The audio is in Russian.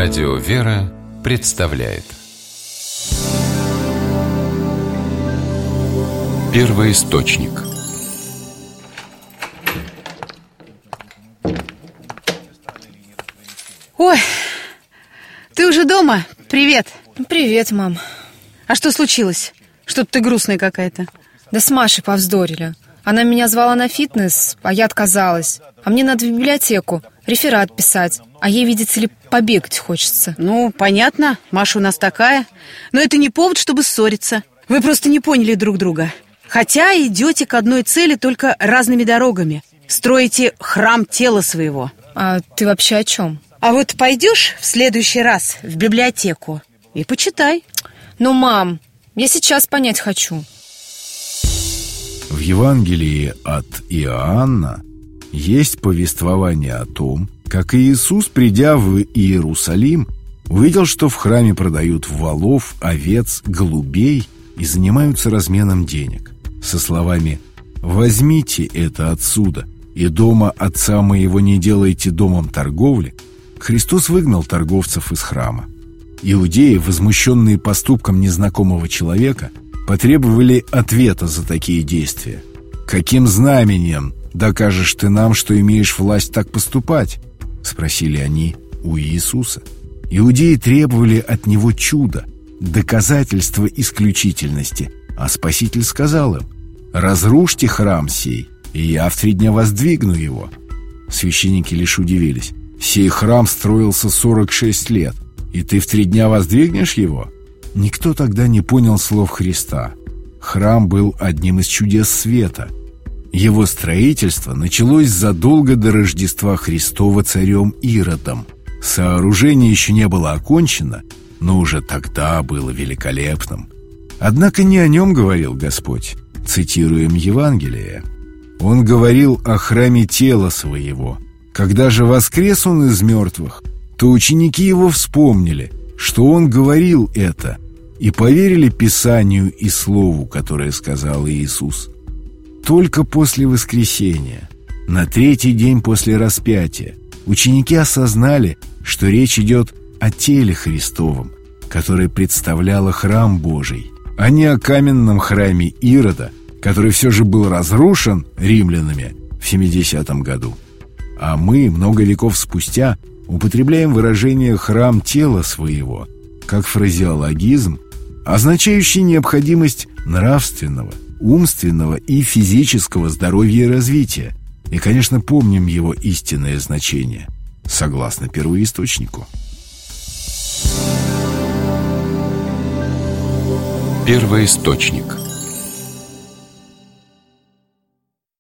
Радио «Вера» представляет Первоисточник. Ой, ты уже дома? Привет. Привет, мам. А что случилось? Что-то ты грустная какая-то. Да с Машей повздорили. Она меня звала на фитнес, а я отказалась. А мне надо в библиотеку реферат писать. А ей, видите ли, побегать хочется. Ну, понятно, Маша у нас такая. Но это не повод, чтобы ссориться. Вы просто не поняли друг друга. Хотя идете к одной цели, только разными дорогами. Строите храм тела своего. А ты вообще о чем? А вот пойдешь в следующий раз в библиотеку и почитай. Ну, мам, я сейчас понять хочу. В Евангелии от Иоанна есть повествование о том, как Иисус, придя в Иерусалим, увидел, что в храме продают волов, овец, голубей и занимаются разменом денег. Со словами «Возьмите это отсюда, и дома отца моего не делайте домом торговли», Христос выгнал торговцев из храма. Иудеи, возмущенные поступком незнакомого человека, потребовали ответа за такие действия. «Каким знамением докажешь ты нам, что имеешь власть так поступать?» — спросили они у Иисуса. Иудеи требовали от него чуда, доказательства исключительности, а Спаситель сказал им: «Разрушьте храм сей, и я в 3 дня воздвигну его». Священники лишь удивились: «Сей храм строился 46 лет, и ты в 3 дня воздвигнешь его?» Никто тогда не понял слов Христа. Храм был одним из чудес света. Его строительство началось задолго до Рождества Христова царем Иродом. Сооружение еще не было окончено, но уже тогда было великолепным. Однако не о нем говорил Господь. Цитируем Евангелие. Он говорил о храме тела своего. Когда же воскрес он из мертвых, то ученики его вспомнили, что он говорил это, и поверили Писанию и Слову, которое сказал Иисус. Только после воскресения, на 3-й день после распятия, ученики осознали, что речь идет о теле Христовом, которое представляло храм Божий, а не о каменном храме Ирода, который все же был разрушен римлянами в 70-м году. А мы, много веков спустя, употребляем выражение «храм тела своего» как фразеологизм, означающий необходимость нравственного, умственного и физического здоровья и развития. И, конечно, помним его истинное значение, согласно первоисточнику. Первоисточник.